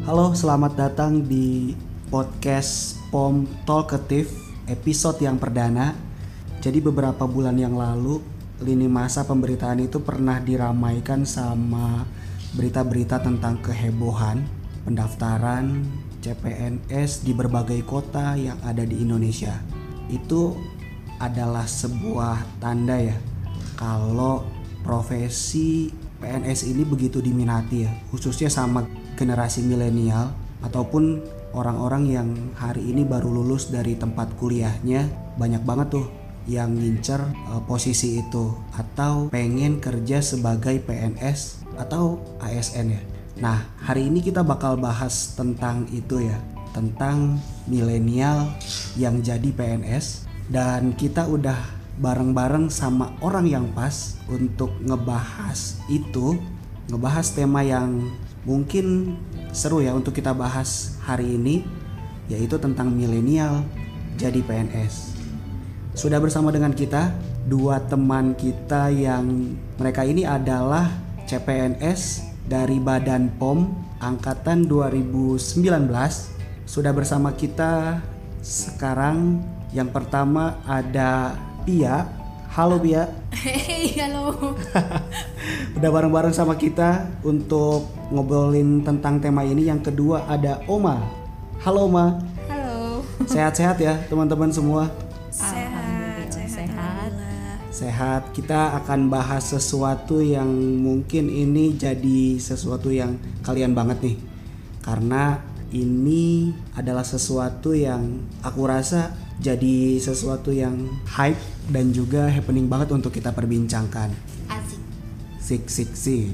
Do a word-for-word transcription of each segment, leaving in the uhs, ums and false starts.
Halo, selamat datang di podcast P O M Talkative episode yang perdana. Jadi beberapa bulan yang lalu, lini masa pemberitaan itu pernah diramaikan sama berita-berita tentang kehebohan pendaftaran C P N S di berbagai kota yang ada di Indonesia. Itu adalah sebuah tanda ya kalau profesi P N S ini begitu diminati ya, khususnya sama generasi milenial ataupun orang-orang yang hari ini baru lulus dari tempat kuliahnya. Banyak banget tuh yang ngincer uh, posisi itu atau pengen kerja sebagai P N S atau A S N ya. Nah, hari ini kita bakal bahas tentang itu ya, tentang milenial yang jadi P N S, dan kita udah bareng-bareng sama orang yang pas untuk ngebahas itu, ngebahas tema yang mungkin seru ya untuk kita bahas hari ini, yaitu tentang milenial jadi P N S. Sudah bersama dengan kita dua teman kita yang mereka ini adalah C P N S dari Badan P O M angkatan dua ribu sembilan belas. Sudah bersama kita sekarang. Yang pertama ada Pia. Halo Pia. Hey, halo. Udah bareng-bareng sama kita untuk ngobrolin tentang tema ini. Yang kedua ada Oma. Halo Oma. Halo. Sehat-sehat ya teman-teman semua? Sehat, sehat. Sehat. Sehat. Kita akan bahas sesuatu yang mungkin ini jadi sesuatu yang kalian banget nih. Karena ini adalah sesuatu yang aku rasa jadi sesuatu yang hype dan juga happening banget untuk kita perbincangkan. Asik. Sik sik sik.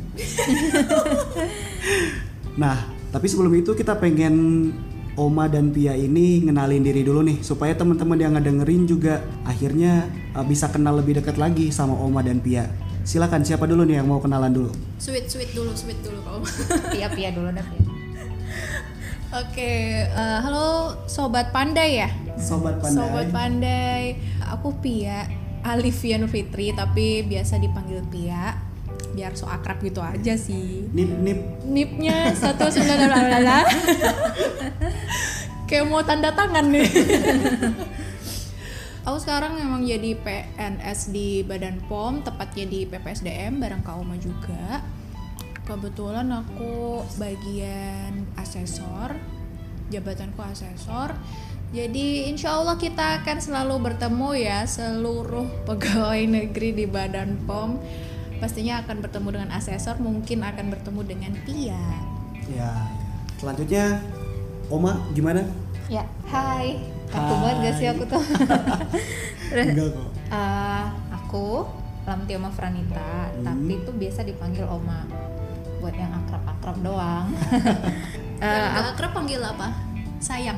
Nah, tapi sebelum itu kita pengen Oma dan Pia ini ngenalin diri dulu nih, supaya teman-teman yang ngedengerin juga akhirnya uh, bisa kenal lebih dekat lagi sama Oma dan Pia. Silakan, siapa dulu nih yang mau kenalan dulu? Sweet sweet dulu, sweet dulu kau. Pia Pia dulu dah Pia. Oke, uh, halo Sobat Pandai ya. Sobat Pandai. Sobat Pandai. Aku Pia Alivia Nur Fitri, tapi biasa dipanggil Pia. Biar so akrab gitu aja sih. Nip nip. Nipnya satu sembilan lalala. Kayak mau tanda tangan nih. Aku sekarang memang jadi P N S di Badan P O M, tepatnya di P P S D M bareng Kak Oma juga. Kebetulan aku bagian asesor, jabatanku asesor. Jadi insya Allah kita akan selalu bertemu ya, seluruh pegawai negeri di Badan P O M pastinya akan bertemu dengan asesor, mungkin akan bertemu dengan Pia. Ya, selanjutnya Oma gimana? Ya, hai. Aku Hai. banget gak sih aku tuh. Enggak kok. uh, Aku Lamti Oma Franita, Hmm. tapi tuh biasa dipanggil Oma. Buat yang akrab-akrab doang. Yang uh, gak akrab panggil apa? Sayang.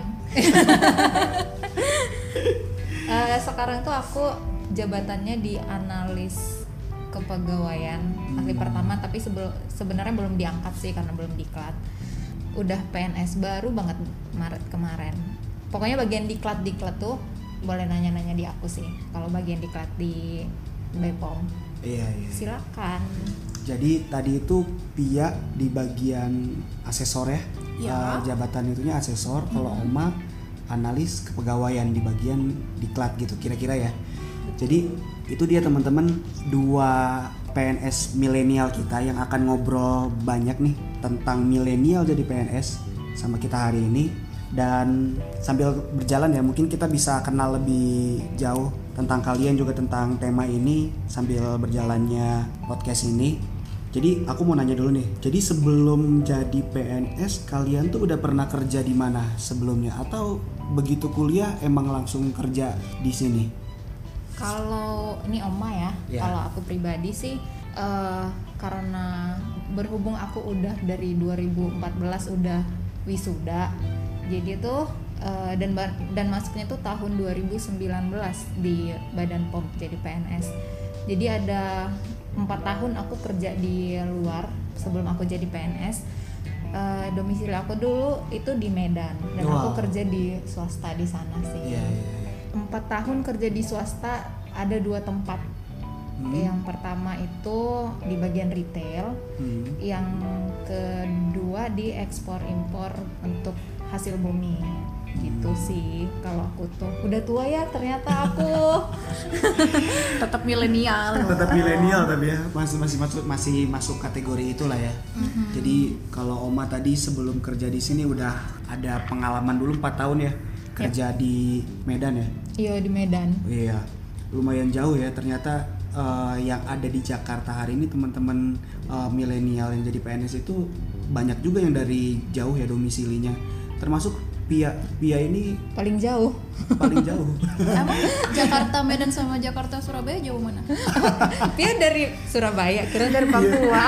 uh, Sekarang tuh aku jabatannya di analis kepegawaian Hmm. ahli pertama, tapi sebel, sebenarnya belum diangkat sih karena belum diklat. Udah P N S baru banget Maret kemarin. Pokoknya bagian diklat-diklat tuh boleh nanya-nanya di aku sih. Kalau bagian diklat di B P O M. Iya, iya. Silakan. Jadi tadi itu Pia di bagian asesor ya, Ya. Uh, jabatan itunya asesor. Kalau Mm-hmm. Oma analis kepegawaian di bagian diklat gitu kira-kira ya. Jadi itu dia teman-teman, dua P N S milenial kita yang akan ngobrol banyak nih tentang milenial jadi P N S sama kita hari ini. Dan sambil berjalan ya mungkin kita bisa kenal lebih jauh tentang kalian juga tentang tema ini sambil berjalannya podcast ini. Jadi aku mau nanya dulu nih. Jadi sebelum jadi P N S kalian tuh udah pernah kerja di mana sebelumnya atau begitu kuliah emang langsung kerja di sini? Kalau ini Oma ya, Ya. kalau aku pribadi sih uh, karena berhubung aku udah dari dua ribu empat belas udah wisuda, jadi tuh uh, dan dan masuknya tuh tahun dua ribu sembilan belas di Badan P O M jadi P N S. Jadi ada empat tahun aku kerja di luar sebelum aku jadi P N S. Uh, domisili aku dulu itu di Medan dan Wow. aku kerja di swasta di sana sih. Iya, iya, iya. Empat tahun kerja di swasta, ada dua tempat Hmm. Yang pertama itu di bagian retail, Hmm. yang kedua di ekspor impor untuk hasil bumi. Gitu sih kalau aku tuh. Udah tua ya ternyata aku. Tetap milenial. Tetap milenial tapi ya masih masih masuk masih masuk kategori itulah ya. Mm-hmm. Jadi kalau Oma tadi sebelum kerja di sini udah ada pengalaman dulu empat tahun ya kerja di Medan ya. Iya di Medan. Iya, lumayan jauh ya ternyata. Uh, yang ada di Jakarta hari ini teman-teman uh, milenial yang jadi P N S itu banyak juga yang dari jauh ya domisilinya, termasuk Pia. Pia ini paling jauh. Paling jauh. Emang Jakarta Medan sama Jakarta Surabaya jauh mana? Pia dari Surabaya, kira dari Papua.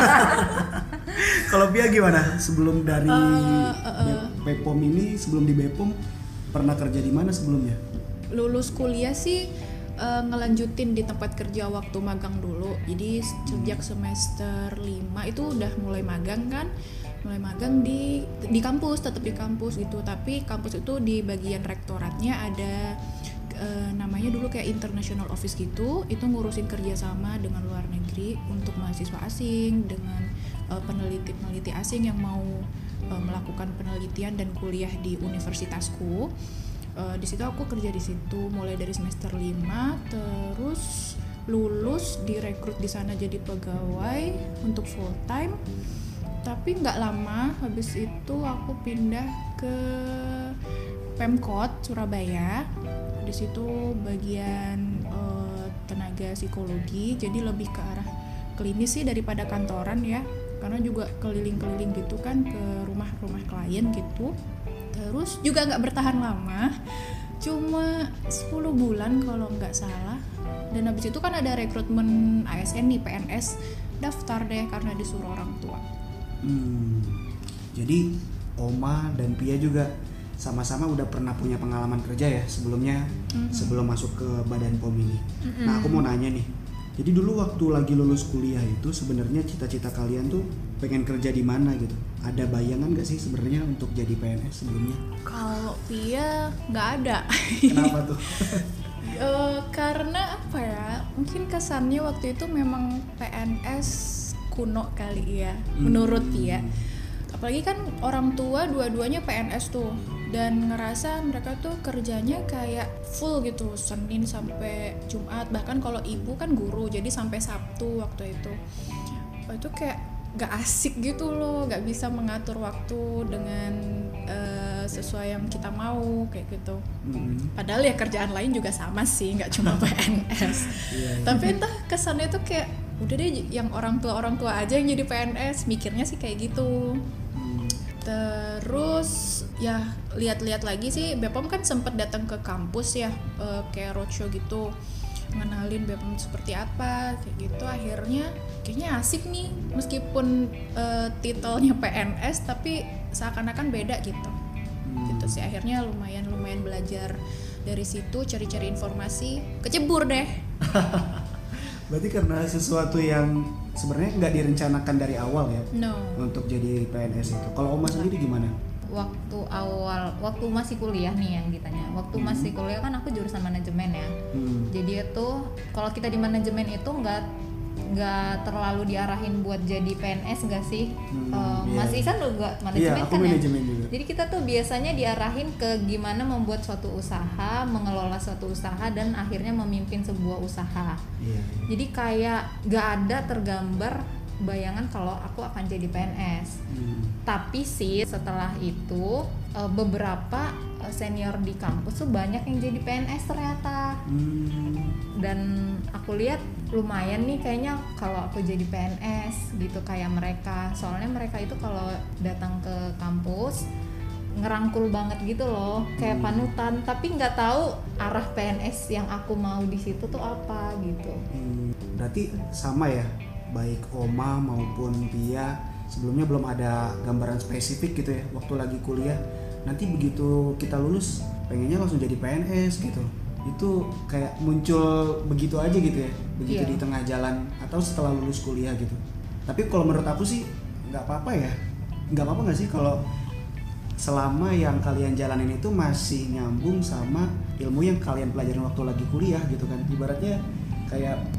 Kalau Pia gimana? Sebelum dari uh, uh, uh. Bepom ini, sebelum di Bepom pernah kerja di mana sebelumnya? Lulus kuliah sih Uh, ngelanjutin di tempat kerja waktu magang dulu. Jadi sejak semester lima itu udah mulai magang kan. Mulai magang di di kampus, tetap di kampus gitu. Tapi kampus itu di bagian rektoratnya ada uh, namanya dulu kayak international office gitu. Itu ngurusin kerjasama dengan luar negeri untuk mahasiswa asing, dengan uh, peneliti-peneliti asing yang mau uh, melakukan penelitian dan kuliah di universitasku. Uh, di situ aku kerja di situ mulai dari semester lima, terus lulus direkrut di sana jadi pegawai untuk full time. Tapi nggak lama habis itu aku pindah ke Pemkot Surabaya. Di situ bagian uh, tenaga psikologi, jadi lebih ke arah klinis sih daripada kantoran ya. Karena juga keliling-keliling gitu kan ke rumah-rumah klien gitu. Terus juga nggak bertahan lama, cuma sepuluh bulan kalau nggak salah. Dan habis itu kan ada rekrutmen A S N nih, P N S, daftar deh karena disuruh orang tua. Hmm, jadi Oma dan Pia juga sama-sama udah pernah punya pengalaman kerja ya sebelumnya, mm-hmm. sebelum masuk ke Badan P O M ini. Mm-hmm. Nah aku mau nanya nih, jadi dulu waktu lagi lulus kuliah itu sebenarnya cita-cita kalian tuh pengen kerja di mana gitu? Ada bayangan nggak sih sebenarnya untuk jadi P N S sebelumnya? Kalau Pia nggak ada. Kenapa tuh? uh, karena apa ya? Mungkin kesannya waktu itu memang P N S kuno kali ya, hmm. menurut Pia. Apalagi kan orang tua dua-duanya P N S tuh, dan ngerasa mereka tuh kerjanya kayak full gitu, Senin sampai Jumat. Bahkan kalau ibu kan guru, jadi sampai Sabtu waktu itu. Oh, itu kayak gak asik gitu loh, gak bisa mengatur waktu dengan uh, sesuai yang kita mau kayak gitu. Mm-hmm. Padahal ya kerjaan lain juga sama sih, gak cuma P N S. yeah, yeah. Tapi entah kesannya tuh kayak udah deh yang orang tua orang tua aja yang jadi P N S, mikirnya sih kayak gitu. Mm. Terus ya lihat-lihat lagi sih, Bepom kan sempet datang ke kampus ya, uh, kayak roadshow gitu, ngenalin Bepom seperti apa kayak gitu. Akhirnya kayaknya asik nih meskipun uh, titelnya P N S tapi seakan-akan beda gitu. Hmm. Gitu sih akhirnya lumayan lumayan belajar dari situ, cari-cari informasi, kecebur deh. Berarti karena sesuatu yang sebenarnya nggak direncanakan dari awal ya, no. untuk jadi P N S itu. Kalau Oma sendiri gimana? Waktu awal, waktu masih kuliah nih yang ditanya. Waktu hmm. masih kuliah kan aku jurusan manajemen ya. Hmm. Jadi itu kalau kita di manajemen itu nggak nggak terlalu diarahin buat jadi P N S nggak sih? Hmm, uh, yeah. Mas Isan juga manajemen yeah, kan manajemen ya. Juga. Jadi kita tuh biasanya diarahin ke gimana membuat suatu usaha, mengelola suatu usaha, dan akhirnya memimpin sebuah usaha. Yeah, yeah. Jadi kayak nggak ada tergambar bayangan kalau aku akan jadi P N S. Hmm. Tapi sih setelah itu beberapa senior di kampus tuh banyak yang jadi P N S ternyata. Hmm. Dan aku lihat lumayan nih kayaknya kalau aku jadi P N S gitu kayak mereka. Soalnya mereka itu kalau datang ke kampus ngerangkul banget gitu loh, kayak panutan, tapi nggak tahu arah P N S yang aku mau di situ tuh apa gitu. Hmm. Berarti sama ya, baik Oma maupun Pia sebelumnya belum ada gambaran spesifik gitu ya waktu lagi kuliah. Nanti begitu kita lulus pengennya langsung jadi P N S gitu. Itu kayak muncul begitu aja gitu ya, begitu yeah. di tengah jalan atau setelah lulus kuliah gitu. Tapi kalau menurut aku sih nggak apa-apa ya, nggak apa-apa nggak sih kalau selama yang kalian jalanin itu masih nyambung sama ilmu yang kalian pelajarin waktu lagi kuliah gitu kan. Ibaratnya kayak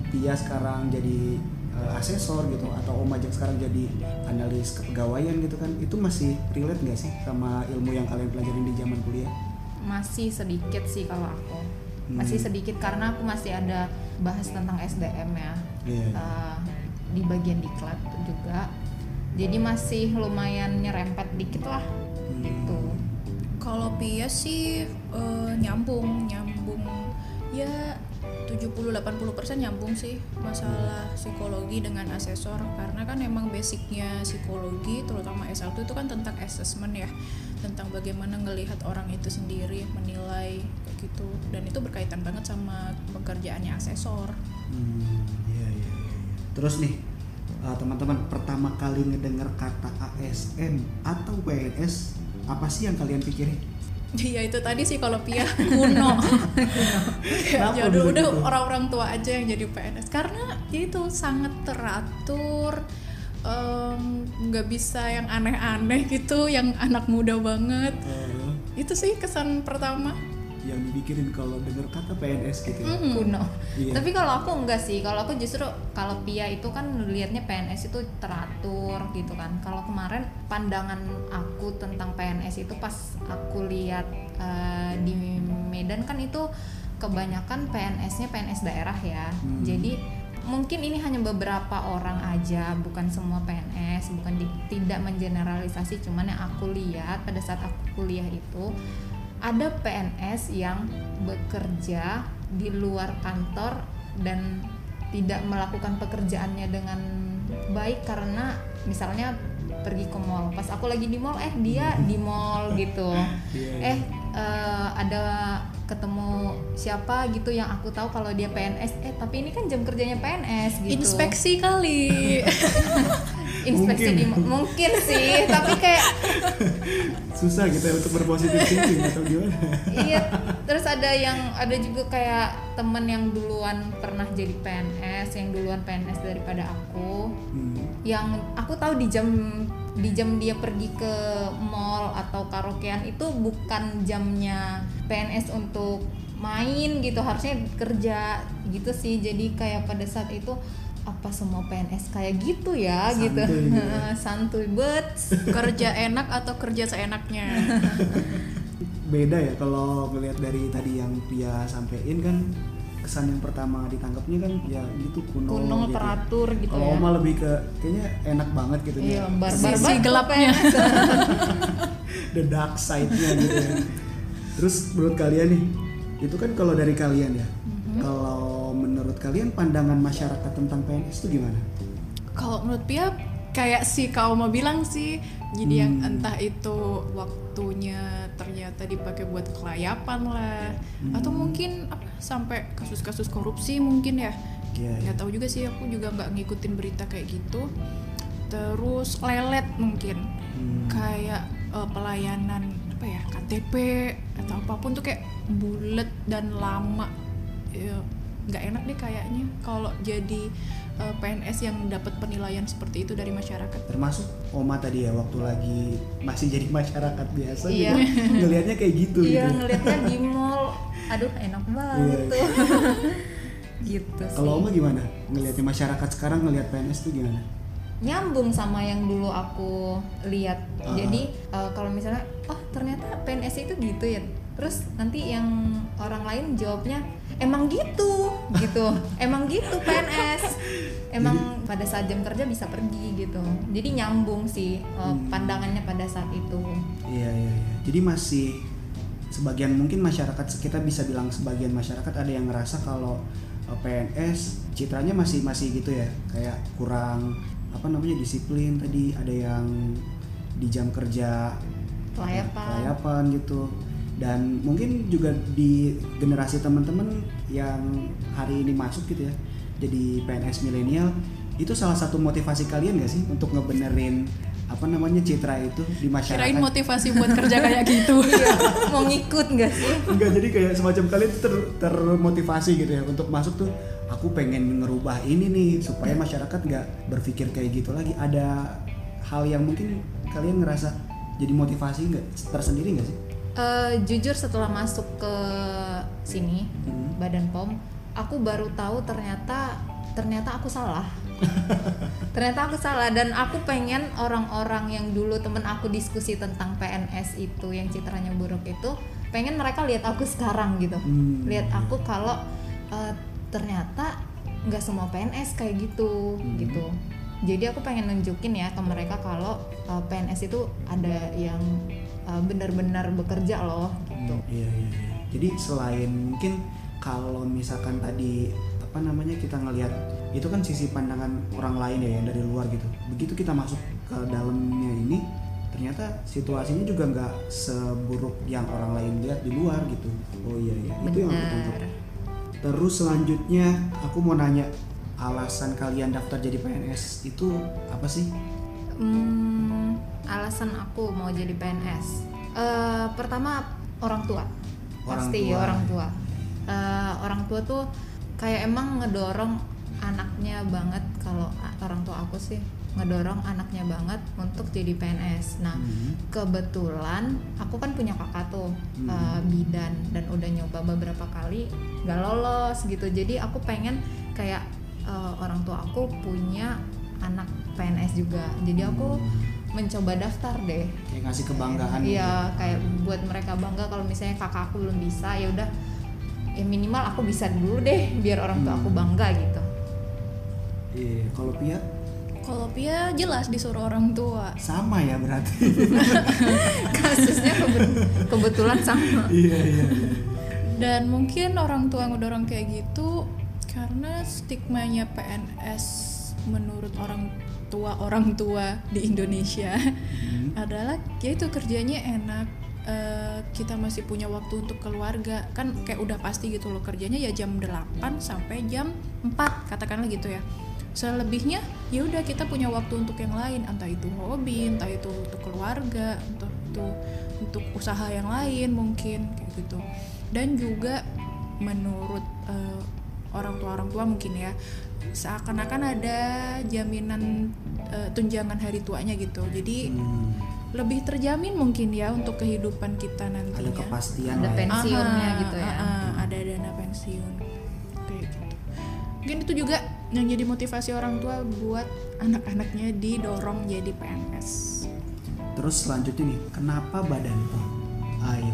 Tia sekarang jadi uh, asesor gitu, atau Om Ajeng sekarang jadi analis kepegawaian gitu kan, itu masih relate nggak sih sama ilmu yang kalian pelajarin di zaman kuliah? Masih sedikit sih kalau aku, masih Hmm. sedikit karena aku masih ada bahas tentang S D M ya. Iya. Uh, di bagian diklat juga, jadi masih lumayan nyerempet dikit lah Hmm. gitu. Kalau Pia sih eh, nyambung, nyambung ya tujuh puluh sampai delapan puluh persen nyambung sih masalah psikologi dengan asesor, karena kan emang basicnya psikologi terutama S satu itu kan tentang assessment ya, tentang bagaimana ngelihat orang itu sendiri, menilai kayak gitu, dan itu berkaitan banget sama pekerjaannya asesor. Hmm, iya, iya, iya, iya. Terus nih, uh, teman-teman pertama kali ngedengar kata A S M atau P N S, apa sih yang kalian pikirin? Iya itu tadi sih kalau Pia kuno. Kenapa Ya udah bisa udah gitu? orang-orang tua aja yang jadi P N S karena itu sangat teratur, em, nggak bisa yang aneh-aneh gitu, yang anak muda banget. Uh, Itu sih kesan pertama. yang dipikirin kalau denger kata P N S gitu ya? Mhm. Kuno. Iya. Tapi kalau aku enggak sih, kalau aku justru kalau Pia itu kan lihatnya P N S itu teratur gitu kan. Kalau kemarin pandangan aku tentang P N S itu pas aku lihat eh, di Medan kan itu kebanyakan P N S-nya P N S daerah ya. Hmm. Jadi mungkin ini hanya beberapa orang aja, bukan semua P N S, bukan di, tidak mengeneralisasi. Cuman yang aku lihat pada saat aku kuliah itu ada P N S yang bekerja di luar kantor dan tidak melakukan pekerjaannya dengan baik karena misalnya pergi ke mall. Pas aku lagi di mall, eh dia di mall gitu. Iya, iya. Eh eh, ada ketemu siapa gitu yang aku tahu kalau dia P N S. Eh tapi ini kan jam kerjanya P N S gitu. Inspeksi kali. Inspeksi Mungkin. di mungkin sih, tapi kayak Susah gitu ya untuk berpositif thinking atau gimana? iya, terus ada yang ada juga kayak temen yang duluan pernah jadi P N S, yang duluan P N S daripada aku, Hmm. yang aku tahu di jam di jam dia pergi ke mall atau karaokean itu bukan jamnya P N S untuk main gitu, harusnya kerja gitu sih. Jadi kayak pada saat itu apa semua P N S kayak gitu ya Santuy gitu, gitu ya. santuy bet. Kerja enak atau kerja seenaknya? Beda ya kalau ngelihat dari tadi yang Pia sampein kan, kesan yang pertama ditangkapnya kan ya gitu kuno, Kuno gitu. teratur gitu Kalau ya. Oma lebih ke kayaknya enak banget gitu Iya, ya. barbar Sisi banget gelapnya. P N S. The dark side-nya gitu ya. Terus menurut kalian nih, itu kan kalau dari kalian ya, kalau menurut kalian pandangan masyarakat tentang P N S itu gimana? Kalau menurut Pia kayak si Kak Oma bilang sih, jadi yang Hmm. entah itu waktunya ternyata dipakai buat kelayapan lah, Hmm. atau mungkin apa sampai kasus-kasus korupsi mungkin ya. Iya, Nggak tahu juga sih, aku juga nggak ngikutin berita kayak gitu. Terus lelet mungkin, Hmm. kayak eh, pelayanan apa ya, K T P atau apapun tuh kayak bulet dan lama. Ya, nggak enak deh kayaknya kalau jadi eh, P N S yang dapat penilaian seperti itu dari masyarakat. Termasuk Oma tadi ya, waktu lagi masih jadi masyarakat biasa Iya. gitu, ngelihatnya kayak gitu Iya, gitu. ngelihatnya di mall, aduh enak banget Iya, tuh. Gitu sih. Kalau Oma gimana? Ngelihatnya masyarakat sekarang ngelihat P N S itu gimana? Nyambung sama yang dulu aku lihat. Ah. Jadi eh, kalau misalnya, oh ternyata P N S itu gitu ya. Terus nanti yang orang lain jawabnya emang gitu, gitu. Emang gitu P N S. Emang pada saat jam kerja bisa pergi gitu. Jadi nyambung sih eh, Hmm. pandangannya pada saat itu. Iya, iya, iya. Jadi masih sebagian, mungkin masyarakat, kita bisa bilang sebagian masyarakat ada yang ngerasa kalau uh, P N S citranya masih masih gitu ya, kayak kurang apa namanya disiplin tadi, ada yang di jam kerja Kelayapan. kelayapan gitu. Dan mungkin juga di generasi teman-teman yang hari ini masuk gitu ya jadi P N S milenial, itu salah satu motivasi kalian gak sih untuk ngebenerin apa namanya citra itu di masyarakat? Kirain motivasi buat kerja kayak gitu. Iya, mau ngikut nggak sih? Enggak, jadi kayak semacam kalian tuh ter, termotivasi gitu ya untuk masuk tuh, aku pengen ngerubah ini nih supaya masyarakat nggak berpikir kayak gitu lagi. Ada hal yang mungkin kalian ngerasa jadi motivasi nggak tersendiri nggak sih? Eh, jujur setelah masuk ke sini Hmm. Badan P O M, aku baru tahu ternyata ternyata aku salah. Ternyata aku salah dan aku pengen orang-orang yang dulu temen aku diskusi tentang P N S itu yang citranya buruk itu, pengen mereka lihat aku sekarang gitu. Hmm. Lihat aku kalau uh, ternyata nggak semua P N S kayak gitu hmm. gitu. Jadi aku pengen nunjukin ya ke mereka kalau uh, P N S itu ada yang uh, benar-benar bekerja loh gitu. Hmm, iya iya iya. Jadi selain mungkin kalau misalkan tadi apa namanya kita ngelihat itu kan sisi pandangan orang lain ya yang dari luar gitu. Begitu kita masuk ke dalamnya ini ternyata situasinya juga nggak seburuk yang orang lain lihat di luar gitu. Oh iya iya. Itu yang aku tangkap. Terus selanjutnya aku mau nanya, alasan kalian daftar jadi P N S itu apa sih? Hmm, alasan aku mau jadi P N S. Uh, pertama orang tua. Orang Pasti tua. orang tua. Uh, orang tua tuh kayak emang ngedorong anaknya banget. Kalau orang tua aku sih ngedorong anaknya banget untuk jadi P N S. Nah, hmm. kebetulan aku kan punya kakak tuh hmm. uh, bidan dan udah nyoba beberapa kali nggak lolos gitu. Jadi aku pengen kayak uh, orang tua aku punya anak P N S juga. Jadi aku hmm. mencoba daftar deh. Kayak ngasih kebanggaan. Iya, kayak buat mereka bangga kalau misalnya kakak aku belum bisa, ya udah ya minimal aku bisa dulu deh biar orang tua aku bangga gitu. Iya, kalau Pia? Kalau Pia jelas disuruh orang tua. Sama ya berarti. Kasusnya kebetulan sama. Iya, iya, iya. Dan mungkin orang tua ngedorong kayak gitu karena stigmanya P N S menurut orang tua orang tua di Indonesia hmm. adalah ya itu kerjanya enak. Uh, kita masih punya waktu untuk keluarga kan kayak udah pasti gitu loh, kerjanya ya jam delapan sampai jam empat katakanlah gitu ya. Selebihnya ya udah kita punya waktu untuk yang lain, entah itu hobi, entah itu untuk keluarga, entah itu untuk usaha yang lain mungkin kayak gitu. Dan juga menurut uh, orang tua orang tua mungkin ya seakan-akan ada jaminan uh, tunjangan hari tuanya gitu. Jadi hmm. lebih terjamin mungkin ya untuk kehidupan kita nantinya. Ada kepastian, ada pensiunnya aha, gitu ya. Aha, ada dana pensiun kayak gitu. Mungkin itu juga yang jadi motivasi orang tua buat anak-anaknya didorong jadi P N S. Terus selanjutnya nih, kenapa Badan P O M? Ayo.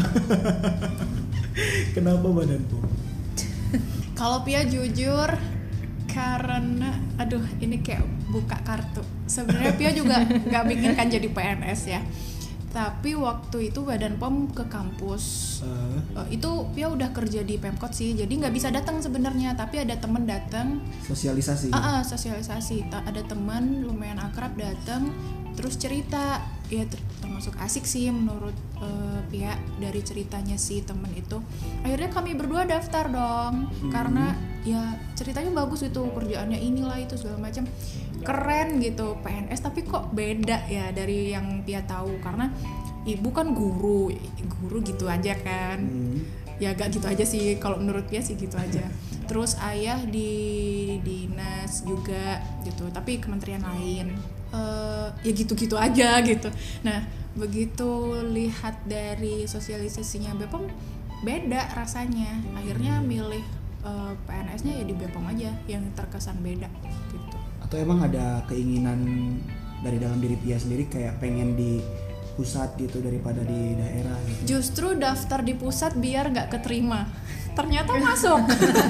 Kenapa Badan P O M? Kalau Pia jujur karena aduh ini kayak buka kartu. Sebenarnya Pia juga nggak bikin kan jadi P N S ya. Tapi waktu itu Badan P O M ke kampus uh. Uh, itu Pia udah kerja di Pemkot sih, jadi nggak bisa datang sebenarnya. Tapi ada teman datang. Sosialisasi. Uh, uh, sosialisasi. Ada teman lumayan akrab datang, terus cerita. Ya ter- termasuk asik sih menurut uh, Pia dari ceritanya si temen itu. Akhirnya kami berdua daftar dong, hmm. karena ya ceritanya bagus gitu, kerjaannya inilah itu segala macam. Keren gitu P N S, tapi kok beda ya dari yang Pia tahu, karena ibu kan guru guru gitu aja kan. hmm. Ya gak gitu aja sih kalau menurut Pia sih gitu aja. Terus ayah di dinas juga gitu, tapi kementerian lain. Uh, ya gitu-gitu aja gitu. Nah begitu lihat dari sosialisasinya B P O M beda rasanya, akhirnya milih uh, P N S-nya ya di B P O M aja yang terkesan beda gitu. Atau emang ada keinginan dari dalam diri Pia sendiri kayak pengen di pusat gitu daripada di daerah gitu? Justru daftar di pusat biar nggak keterima, ternyata masuk.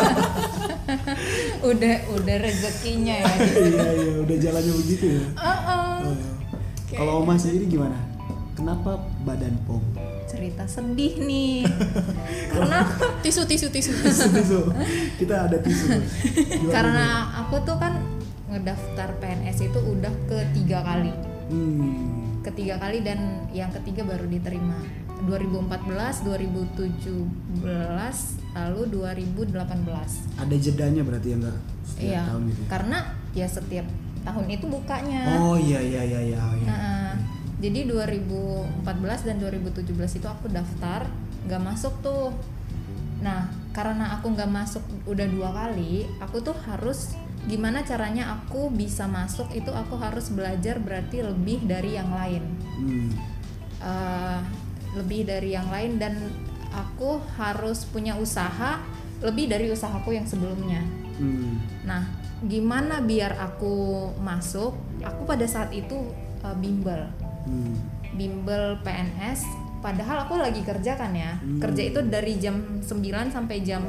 udah udah rezekinya ya. Iya iya udah jalannya begitu ya. Uh-uh. Oh. Kalau Oma sendiri gimana? Kenapa Badan P O M? Cerita sedih nih. Karena tisu tisu tisu tisu tisu. Kita ada tisu. Gimana karena gimana? aku tuh kan ngedaftar P N S itu udah ketiga kali. Hmm. Ketiga kali dan yang ketiga baru diterima. dua ribu empat belas, dua ribu tujuh belas, lalu dua ribu delapan belas. Ada jedanya berarti ya enggak? Setiap iya, tahun gitu. Karena ya setiap tahun itu bukanya. Oh iya iya iya iya. iya. Nah, jadi dua ribu empat belas dan dua ribu tujuh belas itu aku daftar, nggak masuk tuh. Nah, karena aku nggak masuk udah dua kali, aku tuh harus gimana caranya aku bisa masuk itu aku harus belajar berarti lebih dari yang lain. Hmm. Uh, lebih dari yang lain dan aku harus punya usaha lebih dari usahaku yang sebelumnya. Hmm. Nah, gimana biar aku masuk? Aku pada saat itu uh, bimbel, Hmm. bimbel P N S. Padahal aku lagi kerja kan ya. Hmm. Kerja itu dari jam sembilan sampai jam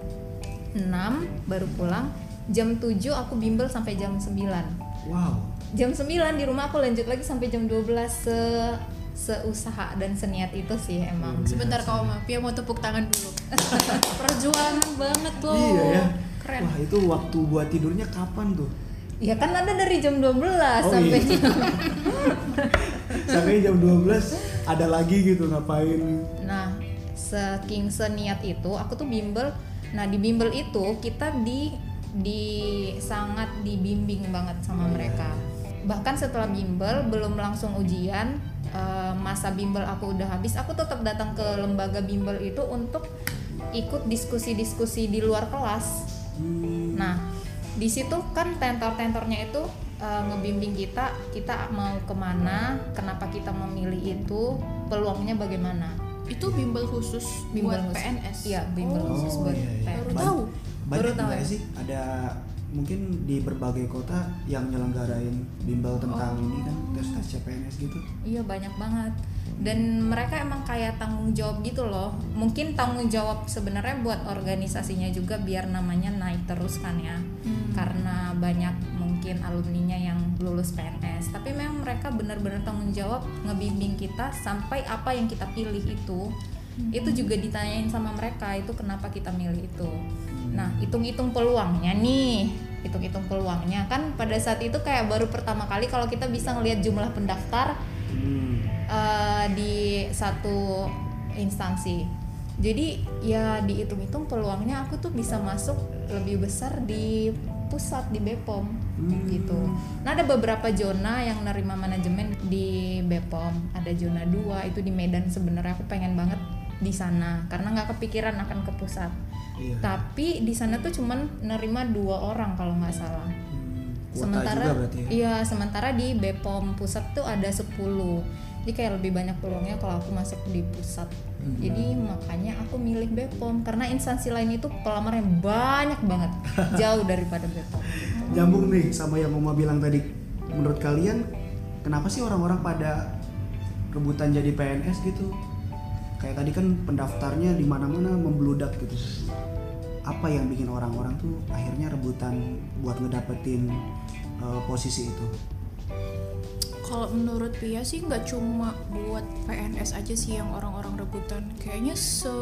enam baru pulang. Jam tujuh aku bimbel sampai jam sembilan. Wow. Jam sembilan di rumah aku lanjut lagi sampai jam dua belas. Se seusaha dan seniat itu sih emang. Hmm. Sebentar kau mah, Pia mau tepuk tangan dulu. Perjuangan banget loh. Iya ya. Keren. Wah, itu waktu buat tidurnya kapan tuh? Ya kan ada dari jam dua belas Oh, sampai iya. jam Sampai jam dua belas ada lagi gitu ngapain? Nah, saking seniat itu, aku tuh bimbel. Nah, di bimbel itu kita di di sangat dibimbing banget sama mereka. Bahkan setelah bimbel belum langsung ujian, eh, masa bimbel aku udah habis, aku tetap datang ke lembaga bimbel itu untuk ikut diskusi-diskusi di luar kelas. Hmm. Nah, di situ kan tentor-tentornya itu uh, ngebimbing kita, kita mau kemana, kenapa kita memilih itu, peluangnya bagaimana. Itu bimbel khusus Bimbel buat khusus. P N S. Iya, bimbel Oh, khusus buat iya, iya. P N S. Baru Ban- tahu. Banyak Baru juga tahu ya? sih, ada mungkin di berbagai kota yang nyelenggarain bimbel tentang Oh. ini kan, tes-tes C P N S gitu. Iya, banyak banget. Dan mereka emang kayak tanggung jawab gitu loh. Mungkin tanggung jawab sebenarnya buat organisasinya juga biar namanya naik terus kan ya. Hmm. Karena banyak mungkin alumninya yang lulus P N S. Tapi memang mereka benar-benar tanggung jawab ngebimbing kita sampai apa yang kita pilih itu. Itu juga ditanyain sama mereka, itu kenapa kita milih itu. Nah, hitung-hitung peluangnya nih. Hitung-hitung peluangnya kan pada saat itu kayak baru pertama kali kalau kita bisa ngelihat jumlah pendaftar Hmm. uh, di satu instansi. Jadi ya dihitung-hitung peluangnya aku tuh bisa masuk lebih besar di pusat, di B P O M Hmm. gitu. Nah, ada beberapa zona yang nerima manajemen di B P O M. Ada zona dua itu di Medan, sebenarnya aku pengen banget di sana karena nggak kepikiran akan ke pusat. Iya. Tapi di sana tuh cuman nerima dua orang kalau nggak salah. Hmm. Kuota Sementara juga berarti ya. iya, sementara di B P O M pusat tuh ada sepuluh. Jadi kayak lebih banyak peluangnya kalau aku masuk di pusat. Hmm. Jadi makanya aku milih B P O M karena instansi lain itu pelamarnya banyak banget, jauh daripada B P O M. Nyambung nih sama yang Oma bilang tadi. Menurut kalian kenapa sih orang-orang pada rebutan jadi P N S gitu? Kayak tadi kan pendaftarnya di mana-mana membludak gitu. Apa yang bikin orang-orang tuh akhirnya rebutan buat ngedapetin uh, posisi itu? Kalau menurut Pia sih nggak cuma buat P N S aja sih yang orang-orang rebutan. Kayaknya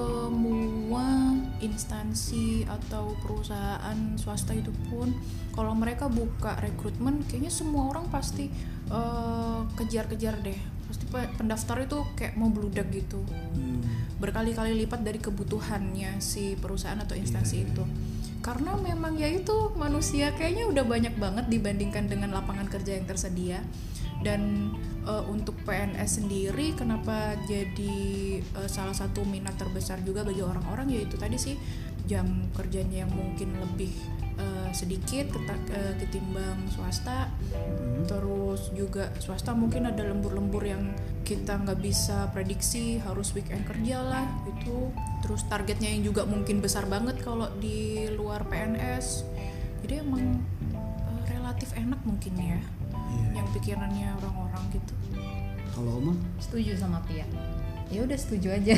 semua instansi atau perusahaan swasta itu pun kalau mereka buka rekrutmen, kayaknya semua orang pasti uh, kejar-kejar deh. Pasti pendaftar itu kayak mau bludak gitu. Hmm. Berkali-kali lipat dari kebutuhannya si perusahaan atau instansi Iya, iya. itu. Karena memang ya itu manusia kayaknya udah banyak banget dibandingkan dengan lapangan kerja yang tersedia. Dan uh, untuk P N S sendiri kenapa jadi uh, salah satu minat terbesar juga bagi orang-orang, yaitu tadi sih jam kerjanya yang mungkin lebih uh, sedikit keta- uh, ketimbang swasta. Hmm. Terus juga swasta mungkin ada lembur-lembur yang kita nggak bisa prediksi, harus weekend kerja lah gitu. Terus targetnya yang juga mungkin besar banget kalau di luar P N S. Jadi emang uh, relatif enak mungkin ya, Iya. yang pikirannya orang-orang gitu. Kalau Oma? Setuju sama Pia. Ya udah setuju aja.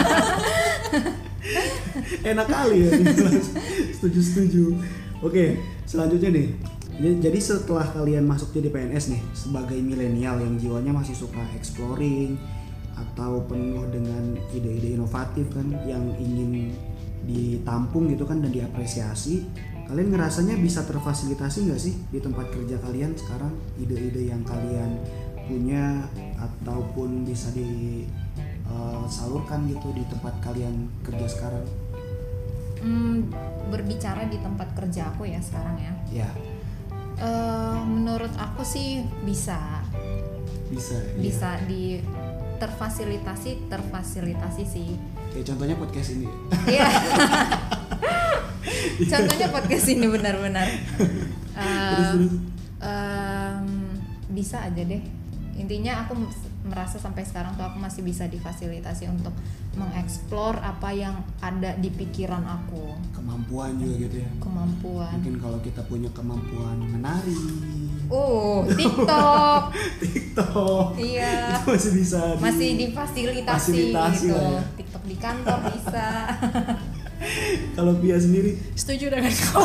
Enak kali ya. Setuju-setuju. Oke, selanjutnya nih. Jadi setelah kalian masuk jadi P N S nih, sebagai milenial yang jiwanya masih suka exploring atau penuh dengan ide-ide inovatif kan yang ingin ditampung gitu kan dan diapresiasi, kalian ngerasanya bisa terfasilitasi nggak sih di tempat kerja kalian sekarang, ide-ide yang kalian punya ataupun bisa disalurkan gitu di tempat kalian kerja sekarang? Hmm, berbicara di tempat kerja aku ya sekarang ya. Ya, Eh, menurut aku sih bisa, bisa. bisa di terfasilitasi, terfasilitasi sih. Kayak contohnya podcast ini. Iya. Contohnya podcast ini benar-benar. Eh, Terus terus. em, bisa aja deh. intinya aku merasa sampai sekarang tuh aku masih bisa difasilitasi untuk mengeksplor apa yang ada di pikiran aku, kemampuan juga gitu ya, kemampuan. mungkin kalau kita punya kemampuan menari, oh TikTok TikTok iya itu masih bisa di, masih difasilitasi fasilitasi gitu lah ya. TikTok di kantor bisa. Kalau Pia sendiri Setuju dengan kau.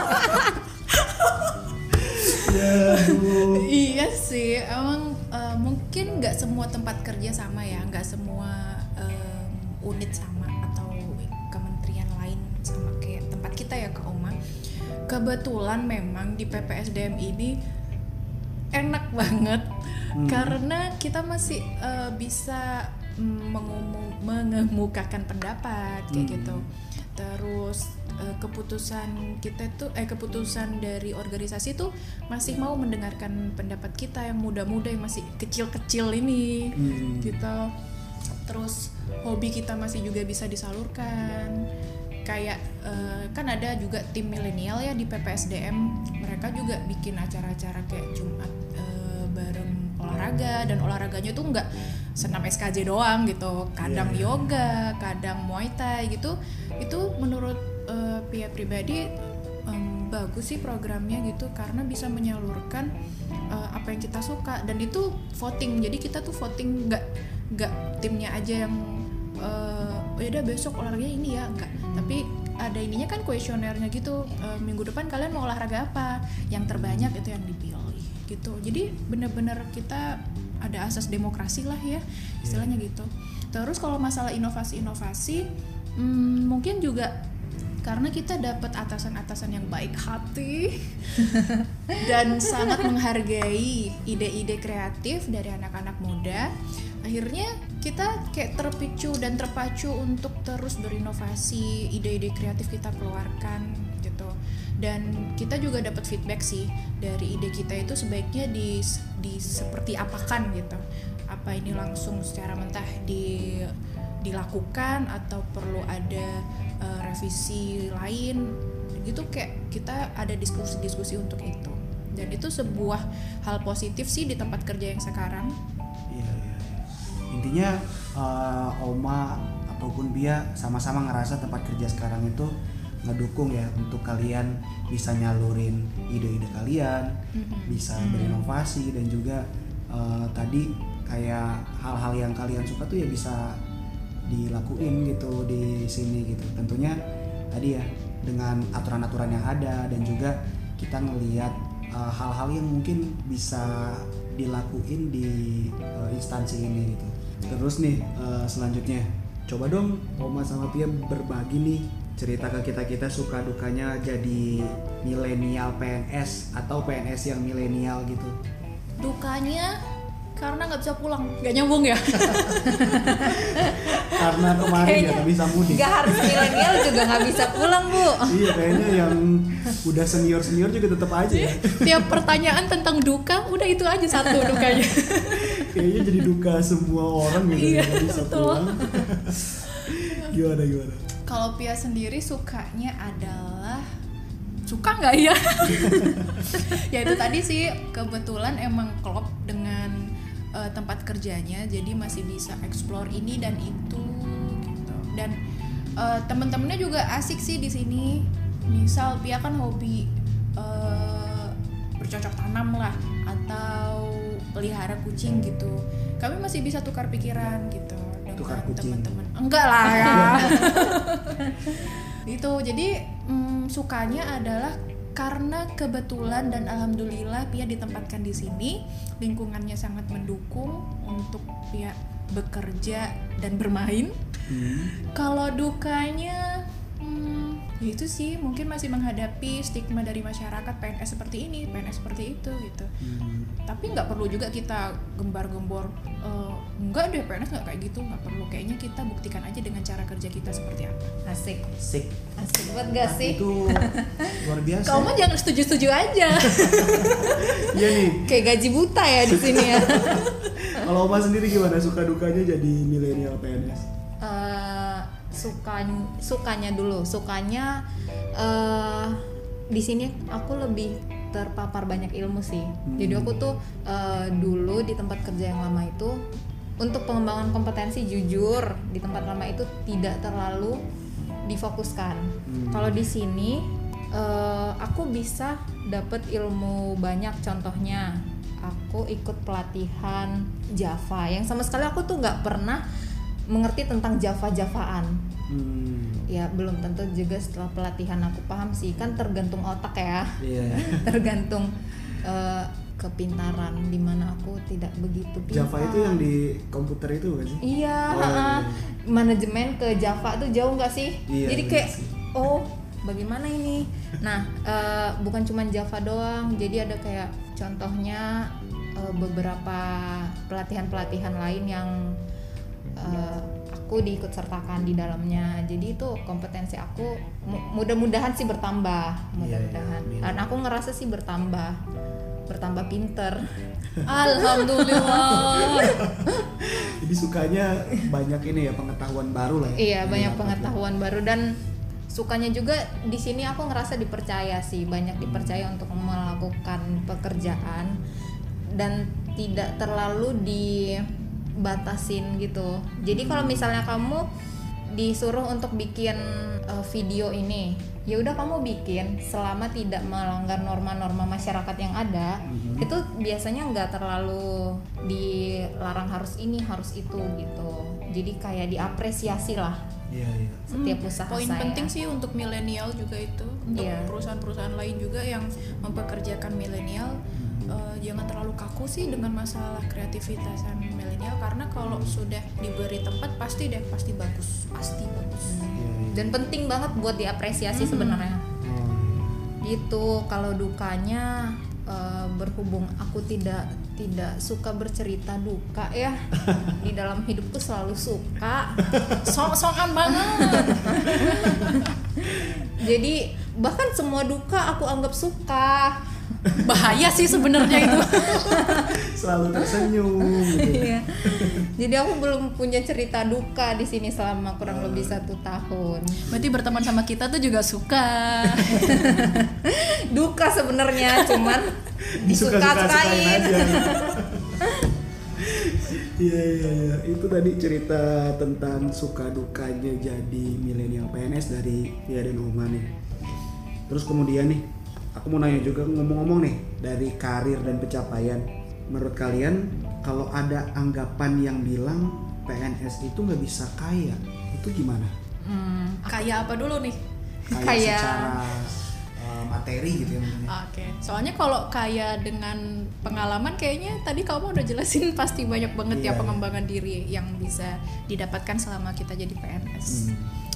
ya aduh. Iya sih, emang uh, mungkin nggak semua tempat kerja sama ya, nggak semua um, unit sama atau kementerian lain sama kayak tempat kita ya Kak Oma. Kebetulan memang di P P S D M ini enak banget hmm. karena kita masih uh, bisa mengumum, mengemukakan pendapat kayak hmm. gitu. Terus uh, keputusan kita tuh eh keputusan dari organisasi tuh masih mau mendengarkan pendapat kita yang muda-muda yang masih kecil-kecil ini hmm. gitu. Terus hobi kita masih juga bisa disalurkan. Kayak uh, kan ada juga tim milenial ya di P P S D M, mereka juga bikin acara-acara kayak Jumat uh, bareng olahraga, dan olahraganya tuh nggak senam S K J doang gitu, kadang yeah. yoga, kadang Muay Thai gitu. Itu menurut uh, Pia pribadi um, bagus sih programnya gitu, karena bisa menyalurkan uh, apa yang kita suka, dan itu voting, jadi kita tuh voting, nggak nggak timnya aja yang uh, oh yaudah besok olahraganya ini ya, enggak, tapi ada ininya kan kuesionernya gitu, uh, minggu depan kalian mau olahraga apa, yang terbanyak itu yang dipilih gitu. Jadi benar-benar kita ada asas demokrasi lah ya istilahnya gitu. Terus kalau masalah inovasi-inovasi hmm, mungkin juga karena kita dapat atasan-atasan yang baik hati dan sangat menghargai ide-ide kreatif dari anak-anak muda, akhirnya kita kayak terpicu dan terpacu untuk terus berinovasi, ide-ide kreatif kita keluarkan gitu. Dan kita juga dapat feedback sih dari ide kita itu sebaiknya di, di seperti apakan gitu, apa ini langsung secara mentah di, dilakukan atau perlu ada uh, revisi lain gitu, kayak kita ada diskusi-diskusi untuk itu, dan itu sebuah hal positif sih di tempat kerja yang sekarang. Iya, iya, iya. Intinya uh, Oma ataupun Pia sama-sama ngerasa tempat kerja sekarang itu ngedukung ya untuk kalian bisa nyalurin ide-ide kalian, mm-hmm. bisa berinovasi, dan juga uh, tadi kayak hal-hal yang kalian suka tuh ya bisa dilakuin gitu di sini gitu. Tentunya tadi ya dengan aturan-aturan yang ada, dan juga kita ngelihat uh, hal-hal yang mungkin bisa dilakuin di uh, instansi ini gitu. Terus nih uh, selanjutnya coba dong Oma sama Pia berbagi nih cerita ke kita-kita suka dukanya jadi milenial P N S atau P N S yang milenial gitu. Dukanya karena nggak bisa pulang, nggak nyambung ya. Karena kemarin nggak bisa mudik. Nggak harus milenial juga nggak bisa pulang, Bu. Iya, kayaknya yang udah senior-senior juga tetap aja ya. Tiap pertanyaan tentang duka, udah itu aja satu dukanya. Kayaknya jadi duka semua orang gitu, iya, nggak bisa pulang. Gimana gimana? Kalau Pia sendiri sukanya adalah suka nggak ya? Ya itu tadi sih, kebetulan emang klop dengan uh, tempat kerjanya, jadi masih bisa explore ini dan itu gitu. Dan uh, temen-temennya juga asik sih di sini. Misal Pia kan hobi uh, bercocok tanam lah, atau pelihara kucing gitu. Kami masih bisa tukar pikiran gitu dengan teman-teman. Enggak lah ya. Itu jadi mm, sukanya adalah karena kebetulan dan alhamdulillah Pia ditempatkan di sini, lingkungannya sangat mendukung untuk Pia bekerja dan bermain. Hmm. Kalau dukanya hmm, ya itu sih mungkin masih menghadapi stigma dari masyarakat P N S seperti ini, P N S seperti itu gitu. Hmm. Tapi nggak perlu juga kita gembar-gembor uh, enggak deh P N S nggak kayak gitu, nggak perlu. Kayaknya kita buktikan aja dengan cara kerja kita seperti apa. Asik, asik, asik banget gak sih? Itu luar biasa. Kamu mah jangan setuju-setuju aja. Iya nih. Kayak gaji buta ya di sini ya. Kalau Oma sendiri gimana suka dukanya jadi milenial P N S? Uh, suka sukanya dulu, sukanya uh, di sini aku lebih terpapar banyak ilmu sih. Hmm. Jadi aku tuh uh, dulu di tempat kerja yang lama itu untuk pengembangan kompetensi jujur di tempat lama itu tidak terlalu difokuskan. Hmm. Kalau di sini uh, aku bisa dapat ilmu banyak. Contohnya aku ikut pelatihan Java yang sama sekali aku tuh nggak pernah mengerti tentang Java-Javaan. Hmm. Ya belum tentu juga setelah pelatihan aku paham sih, kan tergantung otak ya. Yeah. Tergantung uh, kepintaran, dimana aku tidak begitu pintar. Java itu yang di komputer itu kan sih? Iya, oh, uh, iya. Manajemen ke Java tuh jauh nggak sih? Iya, jadi kayak sih. Oh bagaimana ini? Nah uh, bukan cuma Java doang, jadi ada kayak contohnya uh, beberapa pelatihan-pelatihan lain yang uh, aku diikut sertakan di dalamnya. Jadi itu kompetensi aku mudah-mudahan sih bertambah, mudah-mudahan. Yeah, yeah, dan aku ngerasa sih bertambah, bertambah pinter. Alhamdulillah. Jadi sukanya banyak ini ya, pengetahuan baru lah ya. Iya, banyak pengetahuan ya. baru dan sukanya juga di sini aku ngerasa dipercaya sih, banyak dipercaya hmm. untuk melakukan pekerjaan dan tidak terlalu di batasin gitu. Jadi kalau misalnya kamu disuruh untuk bikin uh, video ini, ya udah kamu bikin selama tidak melanggar norma-norma masyarakat yang ada. Mm-hmm. Itu biasanya nggak terlalu dilarang harus ini harus itu gitu. Jadi kayak diapresiasi lah. Iya, iya. Setiap usaha Poin saya. penting sih untuk milenial juga itu, untuk yeah. perusahaan-perusahaan lain juga yang mempekerjakan milenial. Uh, jangan terlalu kaku sih dengan masalah kreativitasan milenial, karena kalau sudah diberi tempat pasti deh pasti bagus, pasti bagus. Hmm. Dan penting banget buat diapresiasi hmm. sebenarnya. Hmm. Gitu. Kalau dukanya uh, berhubung aku tidak tidak suka bercerita duka ya. Di dalam hidupku selalu suka. Sok-sokan banget. Jadi bahkan semua duka aku anggap suka. Bahaya sih sebenarnya itu. Selalu tersenyum gitu. Iya. Jadi aku belum punya cerita duka di sini selama kurang lebih satu tahun. Berarti berteman sama kita tuh juga suka. Duka sebenarnya, cuman disuka-sukain. Iya iya iya. Itu tadi cerita tentang suka dukanya jadi milenial P N S dari Via dan Oma nih. Terus kemudian nih, aku mau nanya juga, ngomong-ngomong nih, dari karir dan pencapaian, menurut kalian kalau ada anggapan yang bilang P N S itu nggak bisa kaya, itu gimana? Hmm, kaya apa dulu nih? Kaya, kaya secara uh, materi gitu ya. Oke, okay. Soalnya kalau kaya dengan pengalaman kayaknya tadi kamu udah jelasin pasti banyak banget yeah. ya pengembangan diri yang bisa didapatkan selama kita jadi P N S. Hmm.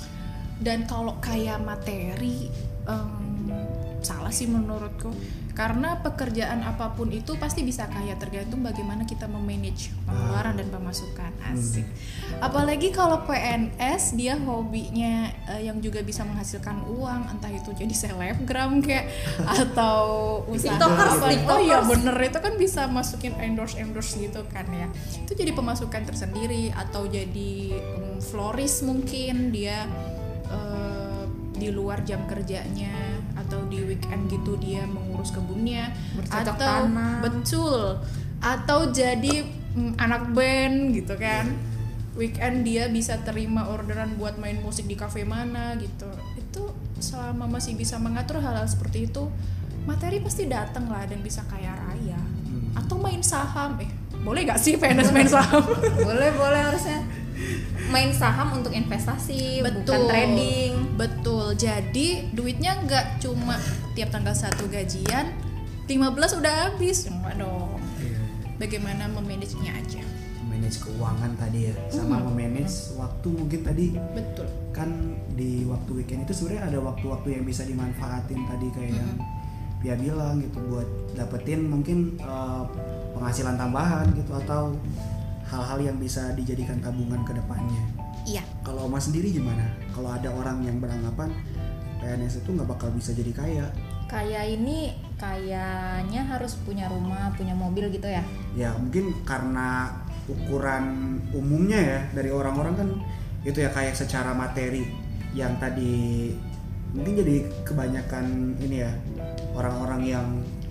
Dan kalau kaya materi, um, salah sih menurutku, karena pekerjaan apapun itu pasti bisa kaya, tergantung bagaimana kita memanage pengeluaran dan pemasukan. Asik. Hmm. Apalagi kalau P N S dia hobinya uh, yang juga bisa menghasilkan uang, entah itu jadi selebgram kayak atau usaha apa. Oh iya bener, itu kan bisa masukin endorse endorse gitu kan ya. Itu jadi pemasukan tersendiri, atau jadi um, florist mungkin dia uh, di luar jam kerjanya atau di weekend gitu dia mengurus kebunnya, bercocok atau tanam. Betul, atau jadi mm, anak band gitu kan. Weekend dia bisa terima orderan buat main musik di kafe mana gitu. Itu selama masih bisa mengatur hal-hal seperti itu, materi pasti datang lah dan bisa kaya raya. Atau main saham, eh boleh gak sih P N S main saham? Boleh boleh harusnya. Main saham untuk investasi, betul, bukan trading. Betul. Jadi duitnya nggak cuma tiap tanggal satu gajian lima belas udah habis. Enggak dong. Bagaimana memanagenya aja. Manage keuangan tadi ya, sama hmm. memanage waktu mungkin tadi. Betul. Kan di waktu weekend itu sebenarnya ada waktu-waktu yang bisa dimanfaatin tadi kayak yang Pia bilang gitu, buat dapetin mungkin uh, penghasilan tambahan gitu, atau hal-hal yang bisa dijadikan tabungan ke depannya. Iya. Kalau Oma sendiri gimana? Kalau ada orang yang beranggapan P N S itu nggak bakal bisa jadi kaya. Kaya ini kayaknya harus punya rumah, punya mobil gitu ya? Ya mungkin karena ukuran umumnya ya dari orang-orang kan itu ya, kayak secara materi yang tadi mungkin jadi kebanyakan ini ya, orang-orang yang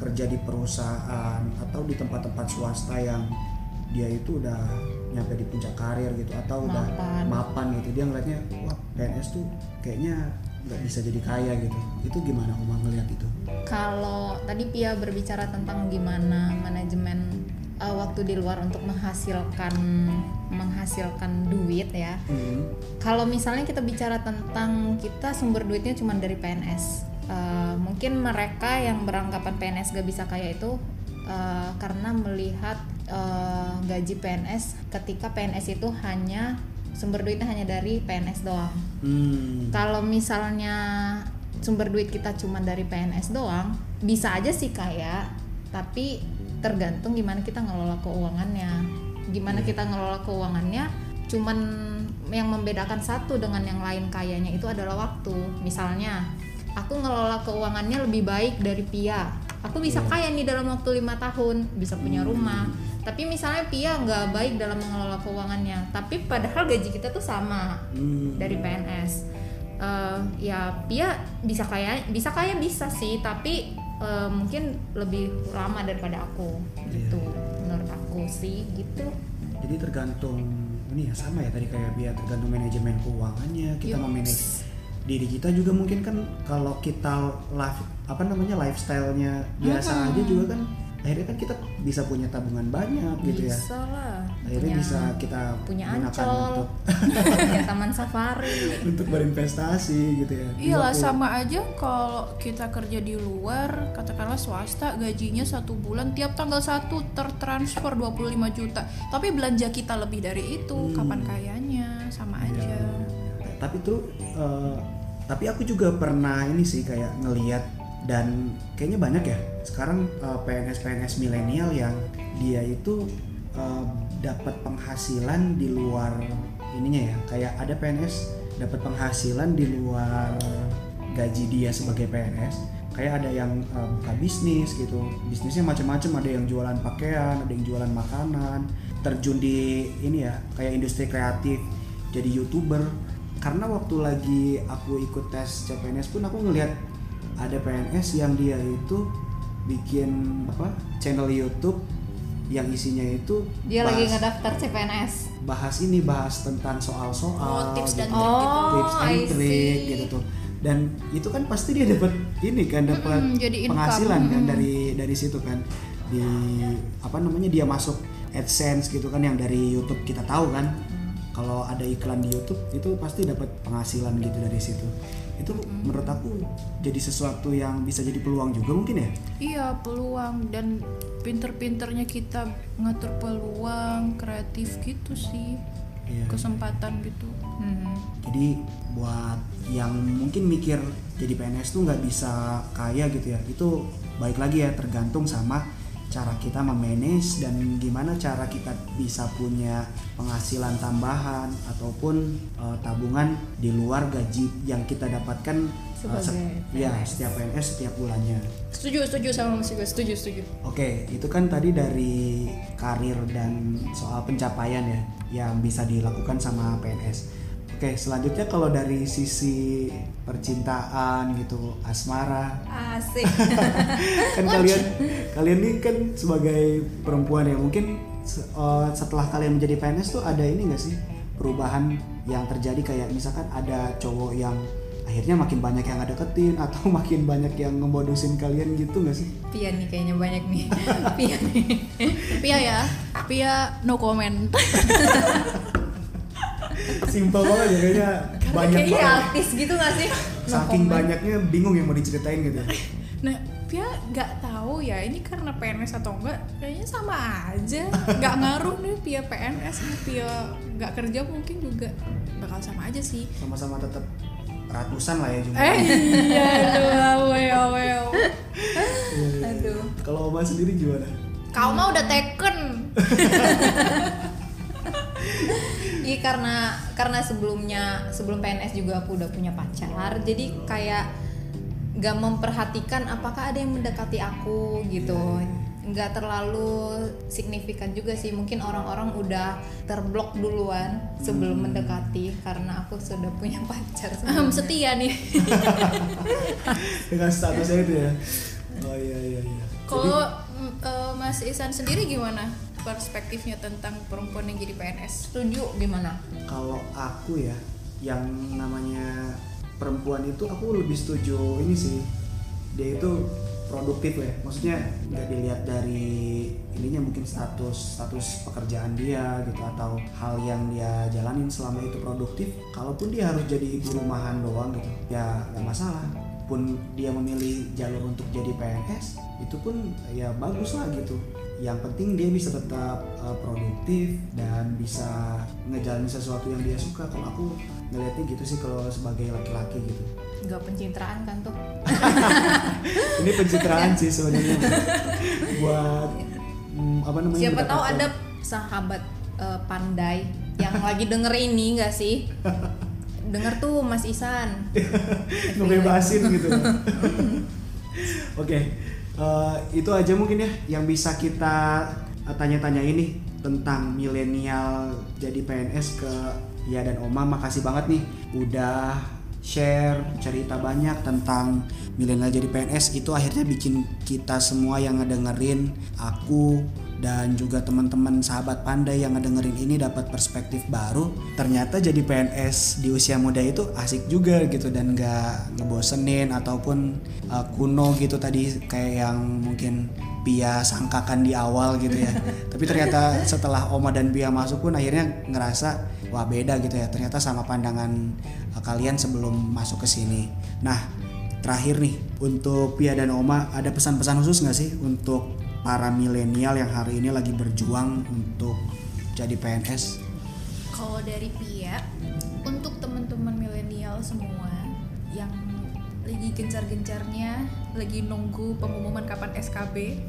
kerja di perusahaan atau di tempat-tempat swasta yang dia itu udah nyampe di puncak karir gitu atau Mapan. udah mapan gitu, dia ngeliatnya wah P N S tuh kayaknya nggak bisa jadi kaya gitu. Itu gimana Uma ngeliat itu? Kalau tadi Pia berbicara tentang gimana manajemen uh, waktu di luar untuk menghasilkan menghasilkan duit ya. Hmm. Kalau misalnya kita bicara tentang kita sumber duitnya cuma dari P N S, uh, mungkin mereka yang beranggapan P N S gak bisa kaya itu uh, karena melihat uh, gaji P N S ketika P N S itu hanya sumber duitnya hanya dari P N S doang. Hmm. Kalau misalnya sumber duit kita cuma dari P N S doang, bisa aja sih kaya, tapi tergantung gimana kita ngelola keuangannya. Gimana kita ngelola keuangannya, cuman yang membedakan satu dengan yang lain kayanya itu adalah waktu. Misalnya, aku ngelola keuangannya lebih baik dari Pia. Aku bisa kaya nih dalam waktu lima tahun, bisa punya rumah. Tapi misalnya Pia nggak baik dalam mengelola keuangannya, tapi padahal gaji kita tuh sama dari P N S. Uh, ya Pia bisa kaya, bisa kaya bisa sih, tapi uh, mungkin lebih lama daripada aku. Gitu, menurut aku sih gitu. Jadi tergantung ini ya, sama ya tadi kayak Pia, tergantung manajemen keuangannya, kita Yups. memanage diri kita juga. Mungkin kan kalau kita life apa namanya lifestyle-nya biasa Hmm. aja juga kan, akhirnya kan kita bisa punya tabungan banyak gitu ya. Bisa lah. Akhirnya Punya- bisa kita punya gunakan Ancol, untuk punya taman safari. untuk berinvestasi gitu ya. Di Iyalah, waktu- sama aja kalau kita kerja di luar, katakanlah swasta, gajinya satu bulan tiap tanggal satu tertransfer dua puluh lima juta, tapi belanja kita lebih dari itu. Hmm. Kapan kayanya? Sama aja. Tapi tuh eh, tapi aku juga pernah ini sih kayak ngelihat, dan kayaknya banyak ya sekarang eh, P N S P N S milenial yang dia itu eh, dapat penghasilan di luar ininya ya, kayak ada P N S dapat penghasilan di luar gaji dia sebagai P N S. Kayak ada yang uh, buka bisnis gitu, bisnisnya macam-macam, ada yang jualan pakaian, ada yang jualan makanan, terjun di ini ya kayak industri kreatif, jadi YouTuber. Karena waktu lagi aku ikut tes C P N S pun aku ngelihat ada P N S yang dia itu bikin apa channel YouTube yang isinya itu Dia bahas, lagi ngedaftar C P N S. bahas ini bahas tentang soal-soal Oh, tips dan gitu. trik gitu. Oh, Tips and I trick see. gitu tuh. Dan itu kan pasti dia dapat ini kan, dapat Mm-mm, jadi income. penghasilan kan Mm. dari dari situ kan, di apa namanya dia masuk AdSense gitu kan, yang dari YouTube kita tahu kan. Kalau ada iklan di YouTube itu pasti dapat penghasilan gitu dari situ. Itu menurut aku jadi sesuatu yang bisa jadi peluang juga mungkin ya. Iya, peluang, dan pinter-pinternya kita ngatur peluang kreatif gitu sih. Iya. Kesempatan gitu. Hmm. Jadi buat yang mungkin mikir jadi P N S tuh nggak bisa kaya gitu ya, itu baik lagi ya, tergantung sama cara kita memanage dan gimana cara kita bisa punya penghasilan tambahan ataupun uh, tabungan di luar gaji yang kita dapatkan uh, Sebagai ya P N S. setiap P N S setiap bulannya. Setuju, setuju sama Mas Yoga, setuju, setuju. Oke, itu kan tadi dari karir dan soal pencapaian ya yang bisa dilakukan sama P N S. Oke, selanjutnya kalau dari sisi percintaan gitu, asmara, Asik. kan kalian kalian ini kan sebagai perempuan ya, mungkin uh, setelah kalian menjadi P N S tuh ada ini nggak sih perubahan yang terjadi, kayak misalkan ada cowok yang akhirnya makin banyak yang deketin atau makin banyak yang ngemodusin kalian gitu nggak sih? Pia nih kayaknya banyak nih. Pia nih. Pia ya, Pia no comment. Simpel banget ya kayaknya, banyak Kayaknya banget. artis gitu gak sih? No Saking comment. banyaknya bingung yang mau diceritain gitu. Nah, Pia nggak tahu ya ini karena P N S atau enggak, kayaknya sama aja, nggak ngaruh nih Pia P N S, Pia nggak kerja mungkin juga bakal sama aja sih. Sama-sama tetap ratusan lah ya jumlahnya. Eh iya, aduh, well, well. Aduh. Kalau Oma sendiri gimana? Kau mah udah taken. Iya, karena karena sebelumnya sebelum P N S juga aku udah punya pacar, jadi kayak nggak memperhatikan apakah ada yang mendekati aku gitu, nggak terlalu signifikan juga sih. Mungkin orang-orang udah terblok duluan sebelum mendekati karena aku sudah punya pacar. Ahem, sebelumnya. setia nih. Dengan statusnya itu ya. Oh iya iya iya. Kalau uh, Mas Ihsan sendiri gimana perspektifnya tentang perempuan yang jadi P N S? Setuju gimana? Kalau aku ya, yang namanya perempuan itu aku lebih setuju ini sih, dia itu produktif ya, maksudnya nggak dilihat dari ininya, mungkin status status pekerjaan dia gitu atau hal yang dia jalanin selama itu produktif. Kalaupun dia harus jadi ibu rumahan doang gitu ya nggak masalah, pun dia memilih jalur untuk jadi P N S itu pun ya bagus lah gitu. Yang penting dia bisa tetap uh, produktif dan bisa ngejalanin sesuatu yang dia suka. Kalau aku ngeliatnya gitu sih kalau sebagai laki-laki gitu. Nggak pencitraan kan tuh? Ini pencitraan sih sebenarnya buat mm, apa namanya? Siapa tahu ada sahabat uh, pandai yang lagi denger ini nggak sih? Denger tuh Mas Ihsan. Ngebebasin gitu. Oke. Uh, itu aja mungkin ya yang bisa kita uh, tanya-tanya ini tentang milenial jadi P N S ke Pia dan Oma. Makasih banget nih udah share cerita banyak tentang milenial jadi P N S. Itu akhirnya bikin kita semua yang ngedengerin, aku dan juga teman-teman sahabat pandai yang ngedengerin ini dapat perspektif baru. Ternyata jadi P N S di usia muda itu asik juga gitu dan gak ngebosenin ataupun uh, kuno gitu tadi kayak yang mungkin Pia sangkakan di awal gitu ya. Tapi ternyata setelah Oma dan Pia masuk pun akhirnya ngerasa wah beda gitu ya. Ternyata sama pandangan uh, kalian sebelum masuk ke sini. Nah, terakhir nih untuk Pia dan Oma, ada pesan-pesan khusus gak sih untuk para milenial yang hari ini lagi berjuang untuk jadi P N S? Kalau dari Pia, untuk teman-teman milenial semua yang lagi gencar-gencarnya, lagi nunggu pengumuman kapan S K B.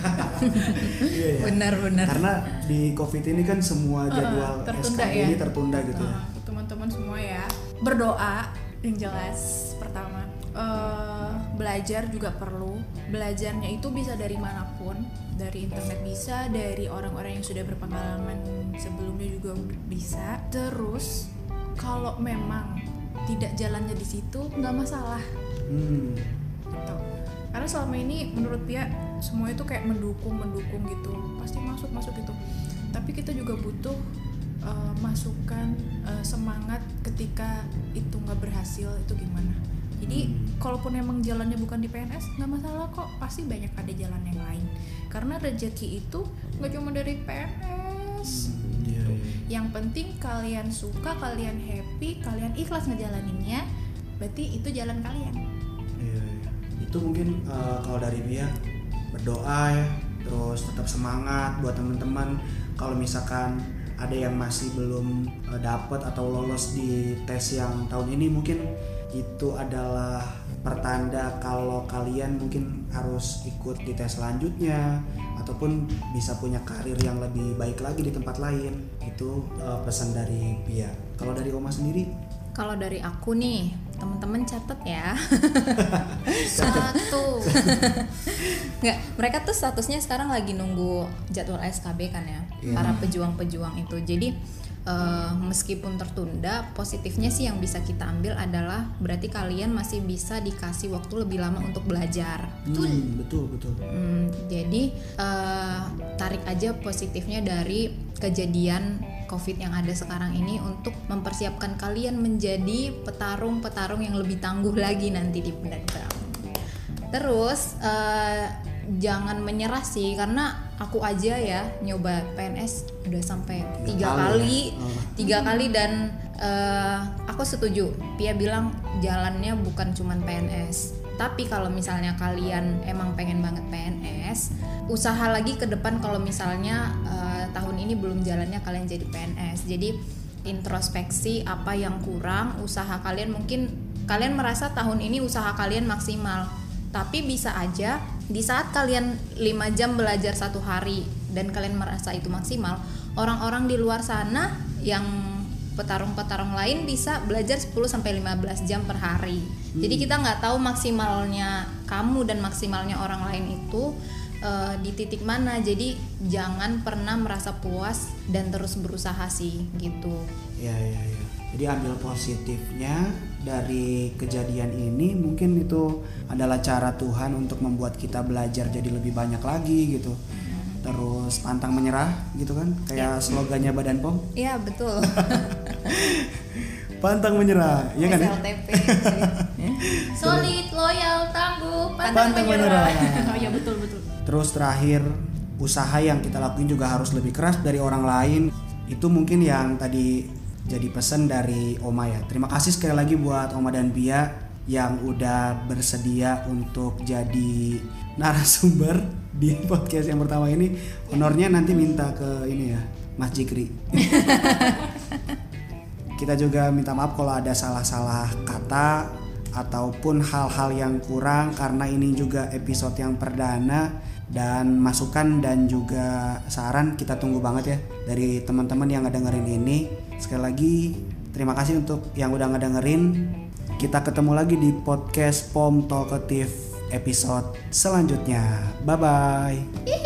Iya, ya. Benar-benar. Karena di COVID ini kan semua jadwal uh, tertunda, S K B ya? ini tertunda gitu uh, ya. Teman-teman semua ya, berdoa yang jelas pertama. Uh, belajar juga perlu. Belajarnya itu bisa dari manapun, dari internet bisa, dari orang-orang yang sudah berpengalaman sebelumnya juga bisa. Terus kalau memang tidak jalannya di situ nggak masalah. Hmm. Gitu. Karena selama ini menurut Pia semua itu kayak mendukung mendukung gitu, pasti masuk masuk gitu. Tapi kita juga butuh uh, masukan uh, semangat ketika itu nggak berhasil itu gimana. Jadi hmm. kalaupun emang jalannya bukan di P N S nggak masalah kok, pasti banyak ada jalan yang lain. Karena rezeki itu nggak cuma dari P N S. Hmm, iya, iya. Yang penting kalian suka, kalian happy, kalian ikhlas ngejalaninnya, berarti itu jalan kalian. Iya, iya. Itu mungkin uh, kalau dari Pia berdoa ya, terus tetap semangat buat teman-teman. Kalau misalkan ada yang masih belum uh, dapat atau lolos di tes yang tahun ini, mungkin itu adalah pertanda kalau kalian mungkin harus ikut di tes selanjutnya ataupun bisa punya karir yang lebih baik lagi di tempat lain. Itu uh, pesan dari Pia. Kalau dari Oma sendiri? Kalau dari aku nih, teman-teman catat ya. Satu. Nggak, mereka tuh statusnya sekarang lagi nunggu jadwal S K B kan ya, yeah. Para pejuang-pejuang itu. Jadi Uh, meskipun tertunda, positifnya sih yang bisa kita ambil adalah berarti kalian masih bisa dikasih waktu lebih lama untuk belajar. Hmm, betul betul. Hmm, jadi uh, tarik aja positifnya dari kejadian COVID yang ada sekarang ini untuk mempersiapkan kalian menjadi petarung-petarung yang lebih tangguh lagi nanti di medan perang. Terus uh, jangan menyerah sih, karena aku aja ya nyoba P N S udah sampai tiga kali, ya? oh. tiga kali dan uh, aku setuju. Pia bilang jalannya bukan cuman P N S, tapi kalau misalnya kalian emang pengen banget P N S, usaha lagi ke depan kalau misalnya uh, tahun ini belum jalannya kalian jadi P N S. Jadi introspeksi apa yang kurang, usaha kalian mungkin kalian merasa tahun ini usaha kalian maksimal. Tapi bisa aja di saat kalian lima jam belajar satu hari dan kalian merasa itu maksimal, orang-orang di luar sana yang petarung-petarung lain bisa belajar sepuluh sampai lima belas jam per hari. Hmm. Jadi kita nggak tahu maksimalnya kamu dan maksimalnya orang lain itu uh, di titik mana. Jadi jangan pernah merasa puas dan terus berusaha sih gitu. Ya ya ya. Jadi ambil positifnya dari kejadian ini mungkin itu adalah cara Tuhan untuk membuat kita belajar jadi lebih banyak lagi gitu. Terus pantang menyerah gitu kan, kayak slogannya Badan P O M. Iya betul. Pantang menyerah, ya kan? S L T P. Solid, loyal, tangguh, Pantang pantang menyerah. menyerah. Oh ya betul betul. Terus terakhir, usaha yang kita lakuin juga harus lebih keras dari orang lain. Itu mungkin yang tadi jadi pesan dari Oma ya. Terima kasih sekali lagi buat Oma dan Pia yang udah bersedia untuk jadi narasumber di podcast yang pertama ini. Honornya nanti minta ke ini ya, Mas Jikri. Kita juga minta maaf kalau ada salah-salah kata ataupun hal-hal yang kurang, karena ini juga episode yang perdana, dan masukan dan juga saran kita tunggu banget ya dari teman-teman yang ngedengerin ini. Sekali lagi terima kasih untuk yang udah ngedengerin. Kita ketemu lagi di podcast P O M Talkative episode selanjutnya. Bye bye.